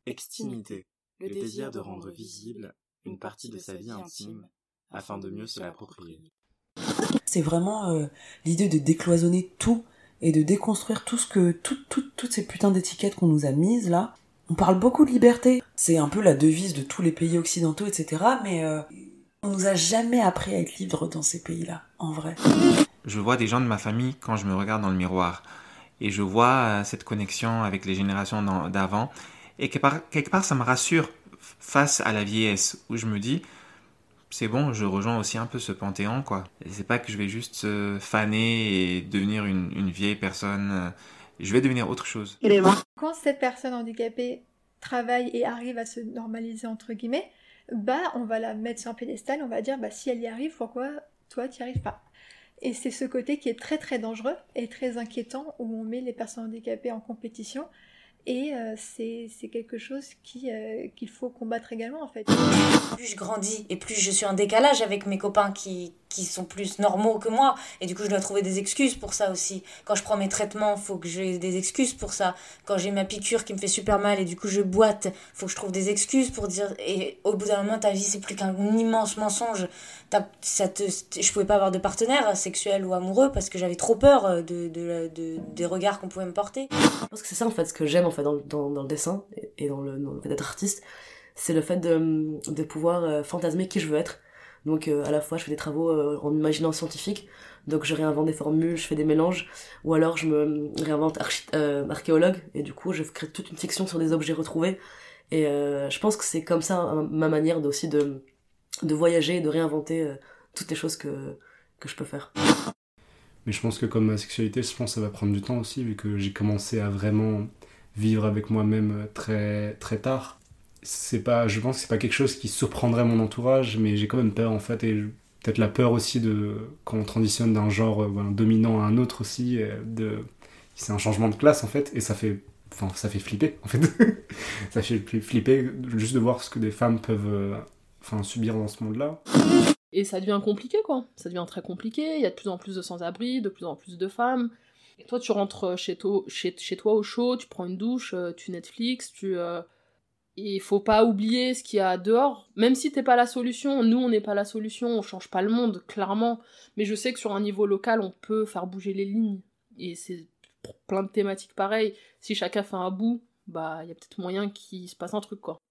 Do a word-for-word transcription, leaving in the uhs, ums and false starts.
Extimité, le désir de rendre visible une partie de sa vie intime afin de mieux se l'approprier. C'est vraiment euh, l'idée de décloisonner tout et de déconstruire tout ce que tout, tout, toutes ces putains d'étiquettes qu'on nous a mises là. On parle beaucoup de liberté, c'est un peu la devise de tous les pays occidentaux, et cetera. Mais euh, on nous a jamais appris à être libre dans ces pays-là, en vrai. Je vois des gens de ma famille quand je me regarde dans le miroir et je vois euh, cette connexion avec les générations d'avant et quelque part, quelque part ça me rassure face à la vieillesse où je me dis c'est bon, je rejoins aussi un peu ce panthéon quoi. Et c'est pas que je vais juste euh, faner et devenir une, une vieille personne, euh, je vais devenir autre chose. Quand cette personne handicapée travaille et arrive à se normaliser entre guillemets, bah on va la mettre sur un piédestal, on va dire bah si elle y arrive, pourquoi toi tu n'y arrives pas? Et c'est ce côté qui est très très dangereux et très inquiétant où on met les personnes handicapées en compétition et euh, c'est, c'est quelque chose qui, euh, qu'il faut combattre également en fait. Plus je grandis et plus je suis en décalage avec mes copains qui, qui sont plus normaux que moi et du coup je dois trouver des excuses pour ça aussi. Quand je prends mes traitements, faut que j'ai des excuses pour ça. Quand j'ai ma piqûre qui me fait super mal et du coup je boite, faut que je trouve des excuses pour dire et au bout d'un moment ta vie c'est plus qu'un immense mensonge. T'as, ça te, je pouvais pas avoir de partenaire sexuel ou amoureux parce que j'avais trop peur de, de, de, des regards qu'on pouvait me porter. Je pense que c'est ça en fait ce que j'aime en fait dans, dans, dans le dessin et dans le, dans le fait d'être artiste, c'est le fait de, de pouvoir euh, fantasmer qui je veux être. Donc euh, à la fois je fais des travaux euh, en imaginant scientifique, donc je réinvente des formules, je fais des mélanges, ou alors je me réinvente archi- euh, archéologue et du coup je crée toute une fiction sur des objets retrouvés. Et euh, je pense que c'est comme ça hein, ma manière aussi de, de voyager et de réinventer euh, toutes les choses que, que je peux faire. Mais je pense que comme ma sexualité, je pense que ça va prendre du temps aussi, vu que j'ai commencé à vraiment vivre avec moi-même très, très tard. C'est pas, je pense que c'est pas quelque chose qui surprendrait mon entourage, mais j'ai quand même peur en fait, et peut-être la peur aussi de quand on transitionne d'un genre euh, dominant à un autre aussi, de, c'est un changement de classe en fait, et ça fait, enfin ça fait flipper en fait, ça fait flipper juste de voir ce que des femmes peuvent, euh, enfin subir dans ce monde-là. Et ça devient compliqué, quoi. Ça devient très compliqué, il y a de plus en plus de sans-abri, de plus en plus de femmes. Et toi, tu rentres chez toi, chez, chez toi au chaud, tu prends une douche, tu Netflix, tu... Euh... Et il faut pas oublier ce qu'il y a dehors. Même si t'es pas la solution, nous, on n'est pas la solution, on change pas le monde, clairement. Mais je sais que sur un niveau local, on peut faire bouger les lignes. Et c'est pour plein de thématiques pareilles. Si chacun fait un bout, bah, il y a peut-être moyen qu'il se passe un truc, quoi.